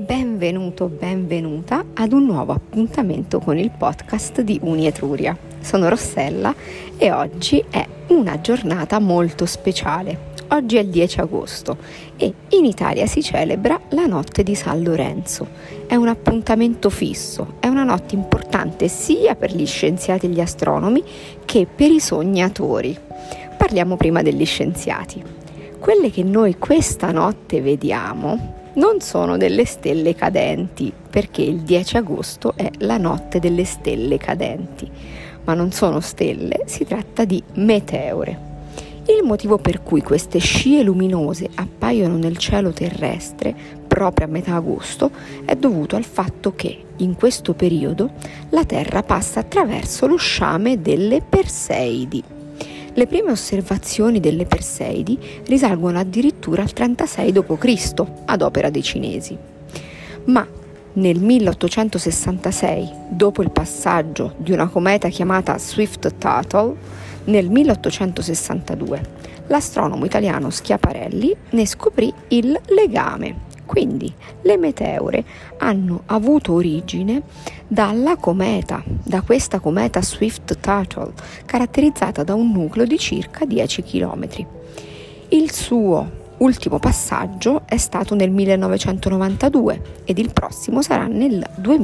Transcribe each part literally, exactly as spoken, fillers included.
benvenuto, benvenuta ad un nuovo appuntamento con il podcast di Uni Etruria. Sono Rossella e oggi è una giornata molto speciale. Oggi è il dieci agosto e in Italia si celebra la notte di San Lorenzo. È un appuntamento fisso, è una notte importante sia per gli scienziati e gli astronomi che per i sognatori. Parliamo prima degli scienziati. Quelle che noi questa notte vediamo non sono delle stelle cadenti, perché il dieci agosto è la notte delle stelle cadenti, ma non sono stelle, si tratta di meteore. Il motivo per cui queste scie luminose appaiono nel cielo terrestre proprio a metà agosto è dovuto al fatto che in questo periodo la Terra passa attraverso lo sciame delle Perseidi. Le prime osservazioni delle Perseidi risalgono addirittura al trentasei dopo Cristo, ad opera dei cinesi. Ma nel milleottocentosessantasei, dopo il passaggio di una cometa chiamata Swift-Tuttle, nel milleottocentosessantadue, l'astronomo italiano Schiaparelli ne scoprì il legame. Quindi le meteore hanno avuto origine dalla cometa, da questa cometa Swift-Tuttle, caratterizzata da un nucleo di circa dieci chilometri. Il suo ultimo passaggio è stato nel millenovecentonovantadue ed il prossimo sarà nel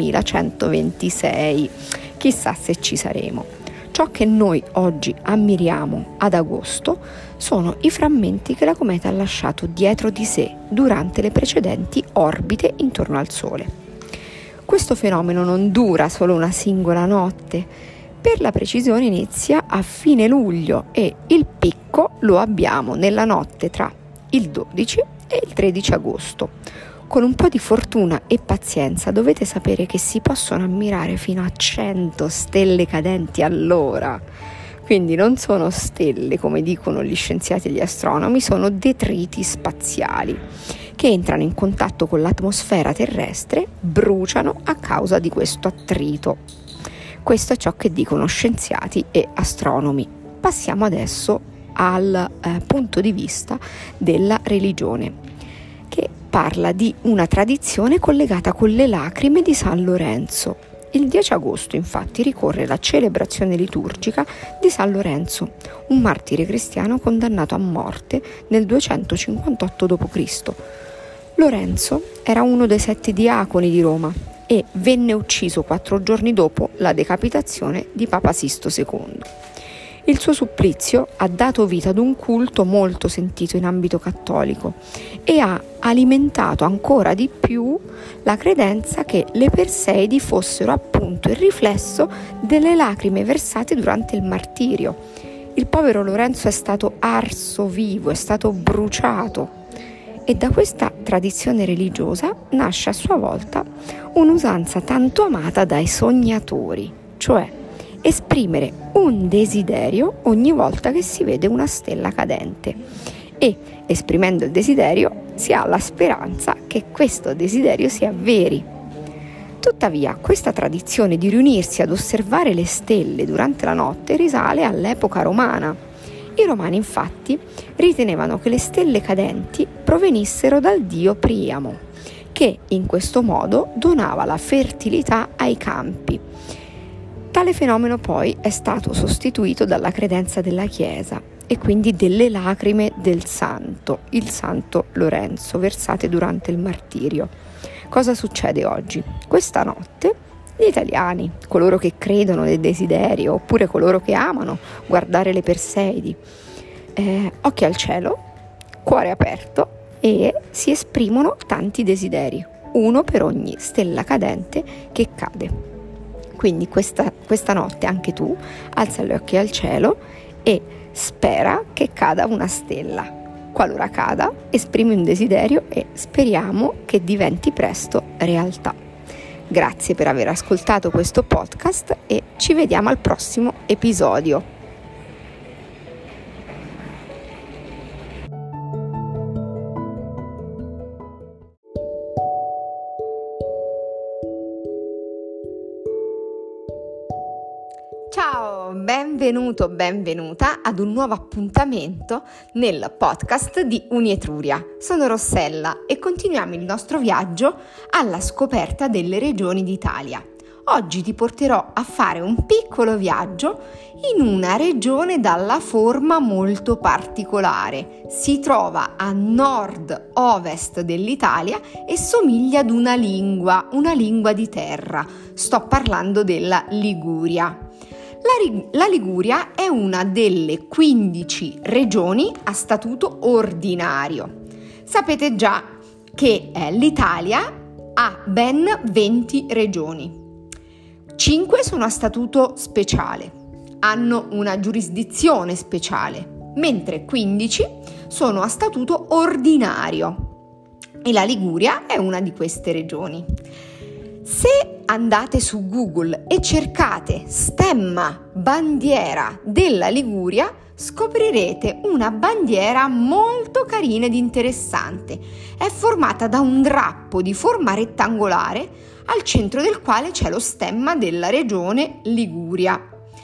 duemilacentoventisei. Chissà se ci saremo. Ciò che noi oggi ammiriamo ad agosto sono i frammenti che la cometa ha lasciato dietro di sé durante le precedenti orbite intorno al Sole. Questo fenomeno non dura solo una singola notte, per la precisione inizia a fine luglio e il picco lo abbiamo nella notte tra il dodici e il tredici agosto. Con un po' di fortuna e pazienza dovete sapere che si possono ammirare fino a cento stelle cadenti all'ora. Quindi non sono stelle, come dicono gli scienziati e gli astronomi, sono detriti spaziali che entrano in contatto con l'atmosfera terrestre, bruciano a causa di questo attrito. Questo è ciò che dicono scienziati e astronomi. Passiamo adesso al eh, punto di vista della religione, che parla di una tradizione collegata con le lacrime di San Lorenzo. Il dieci agosto, infatti, ricorre la celebrazione liturgica di San Lorenzo, un martire cristiano condannato a morte nel duecentocinquantotto dopo Cristo Lorenzo era uno dei sette diaconi di Roma e venne ucciso quattro giorni dopo la decapitazione di Papa Sisto secondo. Il suo supplizio ha dato vita ad un culto molto sentito in ambito cattolico e ha alimentato ancora di più la credenza che le Perseidi fossero appunto il riflesso delle lacrime versate durante il martirio. Il povero Lorenzo è stato arso vivo, è stato bruciato e da questa tradizione religiosa nasce a sua volta un'usanza tanto amata dai sognatori, cioè esprimere un desiderio ogni volta che si vede una stella cadente e, esprimendo il desiderio, si ha la speranza che questo desiderio si avveri. Tuttavia, questa tradizione di riunirsi ad osservare le stelle durante la notte risale all'epoca romana. I romani, infatti, ritenevano che le stelle cadenti provenissero dal dio Priamo, che in questo modo donava la fertilità ai campi. Tale fenomeno poi è stato sostituito dalla credenza della Chiesa e quindi delle lacrime del santo, il santo Lorenzo, versate durante il martirio. Cosa succede oggi? Questa notte gli italiani, coloro che credono nel desiderio oppure coloro che amano guardare le Perseidi, eh, occhi al cielo, cuore aperto e si esprimono tanti desideri, uno per ogni stella cadente che cade. Quindi questa, questa notte anche tu alza gli occhi al cielo e spera che cada una stella. Qualora cada, esprimi un desiderio e speriamo che diventi presto realtà. Grazie per aver ascoltato questo podcast e ci vediamo al prossimo episodio. Ciao! Ciao, benvenuto, benvenuta ad un nuovo appuntamento nel podcast di Unietruria. Sono Rossella e continuiamo il nostro viaggio alla scoperta delle regioni d'Italia. Oggi ti porterò a fare un piccolo viaggio in una regione dalla forma molto particolare. Si trova a nord-ovest dell'Italia e somiglia ad una lingua, una lingua di terra. Sto parlando della Liguria. La, la Liguria è una delle quindici regioni a statuto ordinario. Sapete già che eh, l'Italia ha ben venti regioni. cinque sono a statuto speciale, hanno una giurisdizione speciale, mentre quindici sono a statuto ordinario e la Liguria è una di queste regioni. Se andate su Google e cercate stemma bandiera della Liguria, scoprirete una bandiera molto carina ed interessante. È formata da un drappo di forma rettangolare al centro del quale c'è lo stemma della regione Liguria.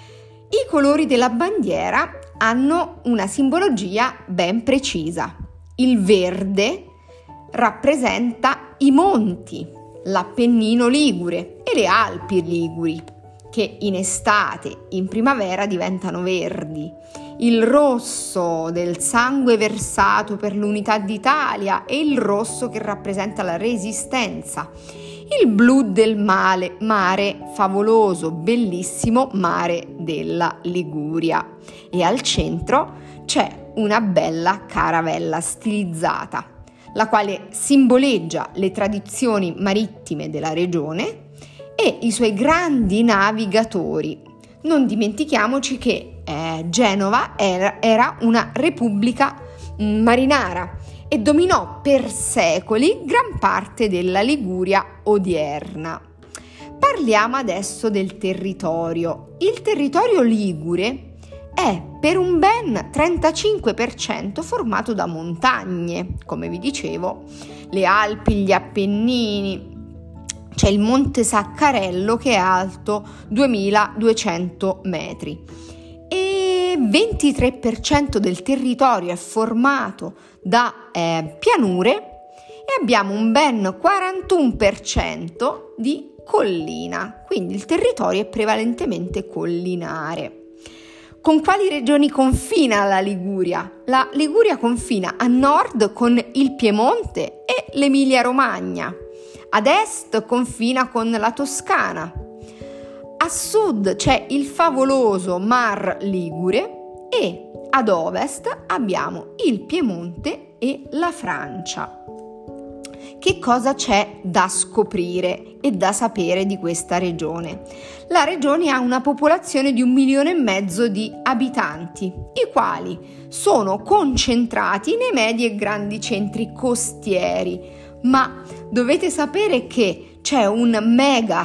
I colori della bandiera hanno una simbologia ben precisa. Il verde rappresenta i monti, l'Appennino ligure e le Alpi liguri, che in estate, in primavera diventano verdi. Il rosso del sangue versato per l'unità d'Italia e il rosso che rappresenta la resistenza. Il blu del mare, mare favoloso, bellissimo mare della Liguria. E al centro c'è una bella caravella stilizzata, la quale simboleggia le tradizioni marittime della regione e i suoi grandi navigatori. Non dimentichiamoci che eh, Genova era, era una repubblica mh, marinara e dominò per secoli gran parte della Liguria odierna. Parliamo adesso del territorio. Il territorio ligure è per un ben trentacinque per cento formato da montagne, come vi dicevo, le Alpi, gli Appennini. C'è il Monte Saccarello che è alto duemiladuecento metri e ventitré per cento del territorio è formato da eh, pianure e abbiamo un ben quarantuno per cento di collina, quindi il territorio è prevalentemente collinare. Con quali regioni confina la Liguria? La Liguria confina a nord con il Piemonte e l'Emilia-Romagna. Ad est confina con la Toscana. A sud c'è il favoloso Mar Ligure e ad ovest abbiamo il Piemonte e la Francia. Che cosa c'è da scoprire e da sapere di questa regione? La regione ha una popolazione di un milione e mezzo di abitanti, i quali sono concentrati nei medi e grandi centri costieri, ma dovete sapere che c'è un mega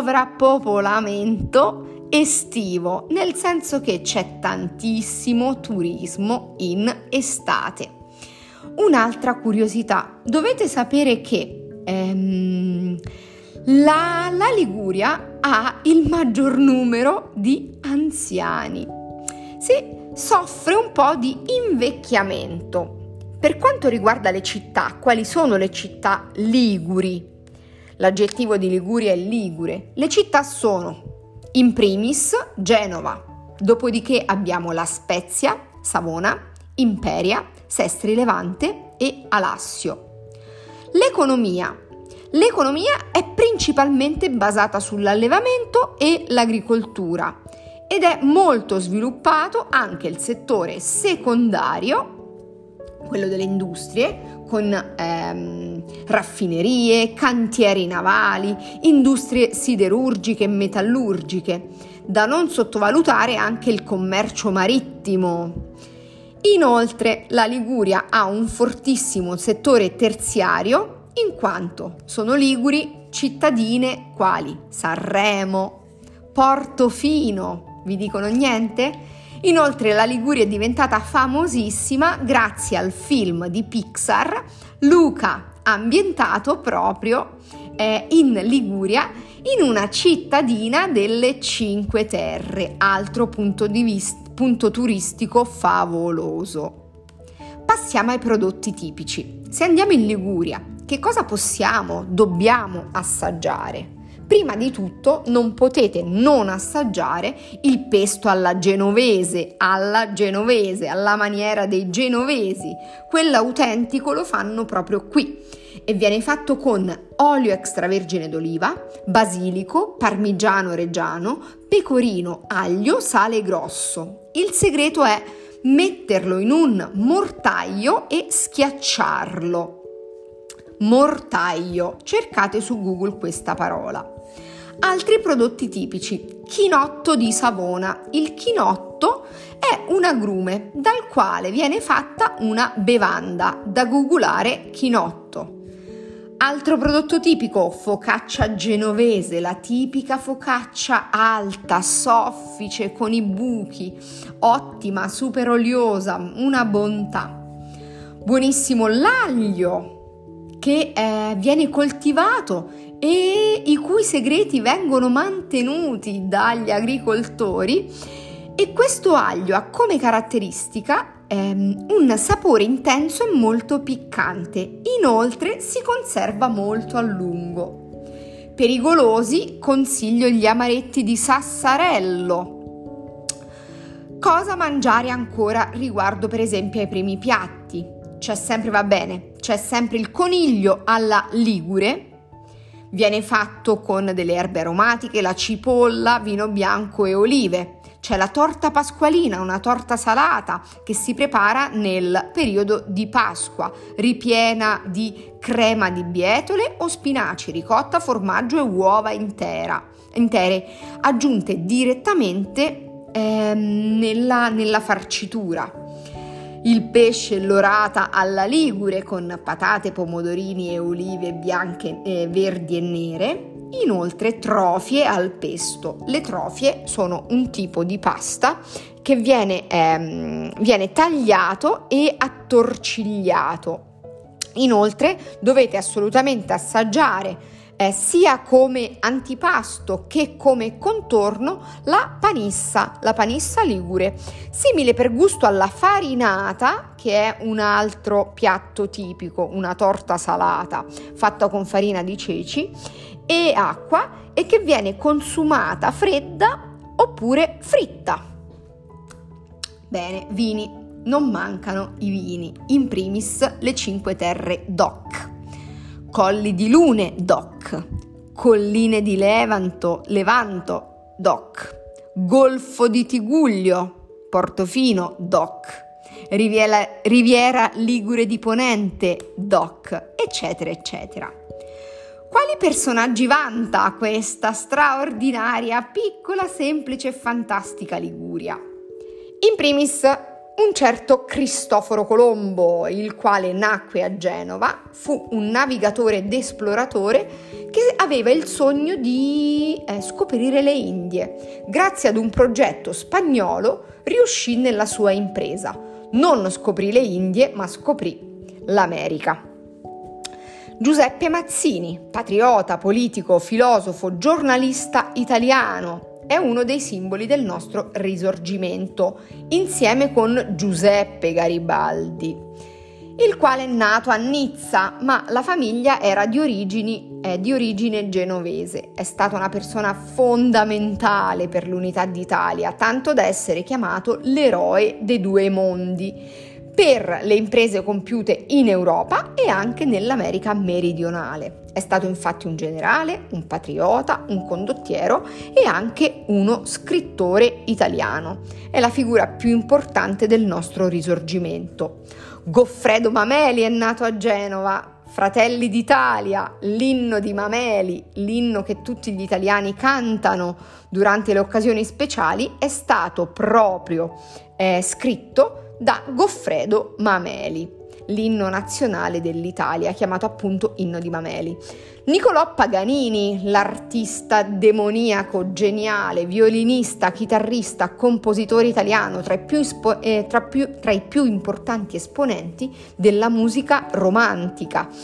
sovrappopolamento estivo, nel senso che c'è tantissimo turismo in estate. Un'altra curiosità, dovete sapere che ehm, la, la Liguria ha il maggior numero di anziani. Si soffre un po' di invecchiamento. Per quanto riguarda le città, quali sono le città liguri? L'aggettivo di Liguria è ligure. Le città sono, in primis, Genova, dopodiché abbiamo La Spezia, Savona, Imperia, Sestri Levante e Alassio. L'economia. L'economia è principalmente basata sull'allevamento e l'agricoltura ed è molto sviluppato anche il settore secondario, quello delle industrie, con ehm, raffinerie, cantieri navali, industrie siderurgiche e metallurgiche. Da non sottovalutare anche il commercio marittimo. Inoltre la Liguria ha un fortissimo settore terziario, in quanto sono liguri cittadine quali Sanremo, Portofino, vi dicono niente? Inoltre la Liguria è diventata famosissima grazie al film di Pixar Luca, ambientato proprio eh, in Liguria, in una cittadina delle Cinque Terre, altro punto, di vista, punto turistico favoloso. Passiamo ai prodotti tipici. Se andiamo in Liguria, che cosa possiamo, dobbiamo assaggiare? Prima di tutto non potete non assaggiare il pesto alla genovese, alla genovese, alla maniera dei genovesi. Quello autentico lo fanno proprio qui e viene fatto con olio extravergine d'oliva, basilico, parmigiano reggiano, pecorino, aglio, sale grosso. Il segreto è metterlo in un mortaio e schiacciarlo. Mortaio, cercate su Google questa parola. Altri prodotti tipici: chinotto di Savona. Il chinotto è un agrume dal quale viene fatta una bevanda, da googolare chinotto. Altro prodotto tipico: focaccia genovese, la tipica focaccia alta, soffice, con i buchi, ottima, super oliosa, una bontà. Buonissimo l'aglio, che eh, viene coltivato e i cui segreti vengono mantenuti dagli agricoltori, e questo aglio ha come caratteristica ehm, un sapore intenso e molto piccante. Inoltre si conserva molto a lungo. Per i golosi consiglio gli amaretti di Sassarello. Cosa mangiare ancora riguardo per esempio ai primi piatti? C'è sempre, va bene, c'è sempre il coniglio alla ligure, viene fatto con delle erbe aromatiche, la cipolla, vino bianco e olive. C'è la torta pasqualina, una torta salata che si prepara nel periodo di Pasqua, ripiena di crema di bietole o spinaci, ricotta, formaggio e uova intera, intere, aggiunte direttamente ehm, nella, nella farcitura. Il pesce l'orata alla ligure con patate, pomodorini e olive bianche, eh, verdi e nere. Inoltre trofie al pesto. Le trofie sono un tipo di pasta che viene, ehm, viene tagliato e attorcigliato. Inoltre dovete assolutamente assaggiare Eh, sia come antipasto che come contorno la panissa, la panissa ligure, simile per gusto alla farinata, che è un altro piatto tipico, una torta salata fatta con farina di ceci e acqua e che viene consumata fredda oppure fritta. Bene, vini, non mancano i vini, in primis le Cinque Terre DOC. Colli di Lune DOC, Colline di Levanto, Levanto DOC, Golfo di Tigullio, Portofino DOC, Riviera, Riviera Ligure di Ponente DOC, eccetera eccetera. Quali personaggi vanta questa straordinaria, piccola, semplice e fantastica Liguria? In primis un certo Cristoforo Colombo, il quale nacque a Genova, fu un navigatore ed esploratore che aveva il sogno di eh, scoprire le Indie. Grazie ad un progetto spagnolo riuscì nella sua impresa. Non scoprì le Indie, ma scoprì l'America. Giuseppe Mazzini, patriota, politico, filosofo, giornalista italiano, è uno dei simboli del nostro Risorgimento, insieme con Giuseppe Garibaldi, il quale è nato a Nizza, ma la famiglia era di origini, eh, di origine genovese. È stata una persona fondamentale per l'unità d'Italia, tanto da essere chiamato l'eroe dei due mondi, per le imprese compiute in Europa e anche nell'America meridionale. È stato infatti un generale, un patriota, un condottiero e anche uno scrittore italiano. È la figura più importante del nostro Risorgimento. Goffredo Mameli è nato a Genova. Fratelli d'Italia, l'inno di Mameli, l'inno che tutti gli italiani cantano durante le occasioni speciali, è stato proprio eh, scritto da Goffredo Mameli, l'inno nazionale dell'Italia, chiamato appunto Inno di Mameli. Niccolò Paganini, l'artista demoniaco, geniale, violinista, chitarrista, compositore italiano, tra i più, eh, tra più, tra i più importanti esponenti della musica romantica.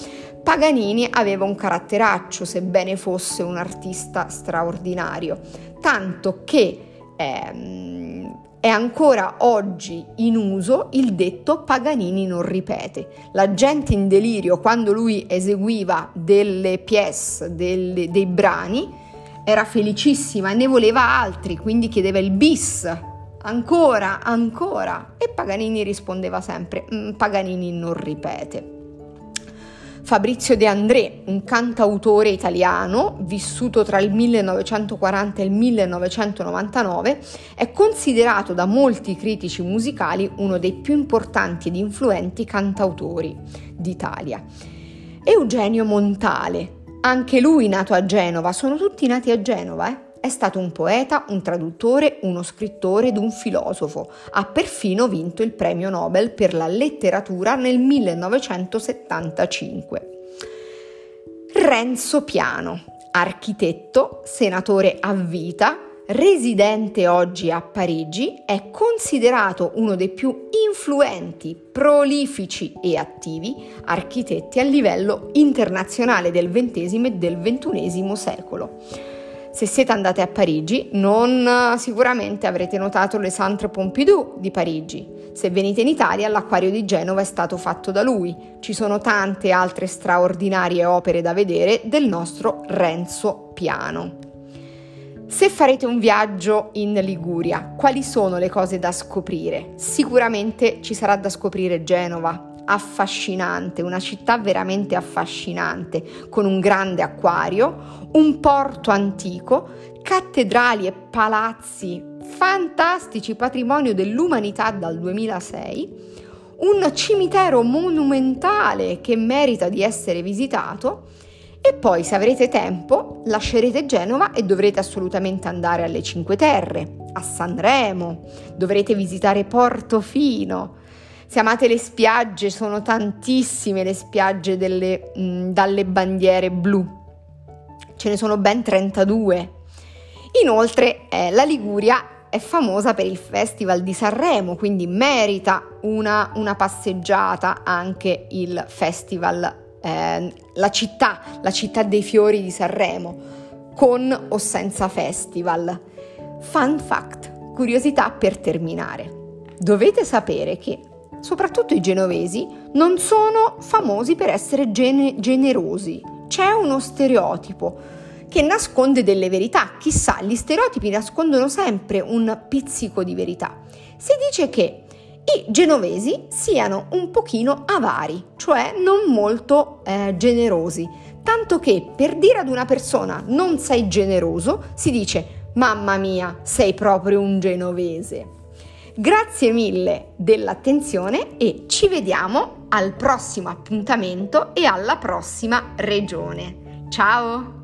Paganini aveva un caratteraccio, sebbene fosse un artista straordinario, tanto che ehm, è ancora oggi in uso il detto Paganini non ripete. La gente in delirio, quando lui eseguiva delle pièce, delle, dei brani, era felicissima e ne voleva altri, quindi chiedeva il bis, ancora, ancora, e Paganini rispondeva sempre Paganini non ripete. Fabrizio De André, un cantautore italiano vissuto tra il millenovecentoquaranta e il millenovecentonovantanove, è considerato da molti critici musicali uno dei più importanti ed influenti cantautori d'Italia. Eugenio Montale, anche lui nato a Genova, sono tutti nati a Genova, eh? È stato un poeta, un traduttore, uno scrittore ed un filosofo. Ha perfino vinto il premio Nobel per la letteratura nel millenovecentosettantacinque. Renzo Piano, architetto, senatore a vita, residente oggi a Parigi, è considerato uno dei più influenti, prolifici e attivi architetti a livello internazionale del ventesimo e del ventunesimo secolo. Se siete andate a Parigi, non sicuramente avrete notato le Centre Pompidou di Parigi. Se venite in Italia, l'Acquario di Genova è stato fatto da lui. Ci sono tante altre straordinarie opere da vedere del nostro Renzo Piano. Se farete un viaggio in Liguria, quali sono le cose da scoprire? Sicuramente ci sarà da scoprire Genova. Affascinante, una città veramente affascinante, con un grande acquario, un porto antico, cattedrali e palazzi fantastici, patrimonio dell'umanità dal duemilasei, un cimitero monumentale che merita di essere visitato. E poi, se avrete tempo, lascerete Genova e dovrete assolutamente andare alle Cinque Terre, a Sanremo, dovrete visitare Portofino. Se amate le spiagge, sono tantissime le spiagge delle, mh, dalle bandiere blu, ce ne sono ben trentadue. Inoltre eh, la Liguria è famosa per il Festival di Sanremo, quindi merita una, una passeggiata anche il Festival, eh, la città, la città dei fiori di Sanremo, con o senza festival. Fun fact, curiosità per terminare. Dovete sapere che soprattutto i genovesi non sono famosi per essere gene- generosi. C'è uno stereotipo che nasconde delle verità. Chissà, gli stereotipi nascondono sempre un pizzico di verità. Si dice che i genovesi siano un pochino avari, cioè non molto eh, generosi, tanto che per dire ad una persona non sei generoso si dice mamma mia, sei proprio un genovese. Grazie mille dell'attenzione e ci vediamo al prossimo appuntamento e alla prossima regione. Ciao!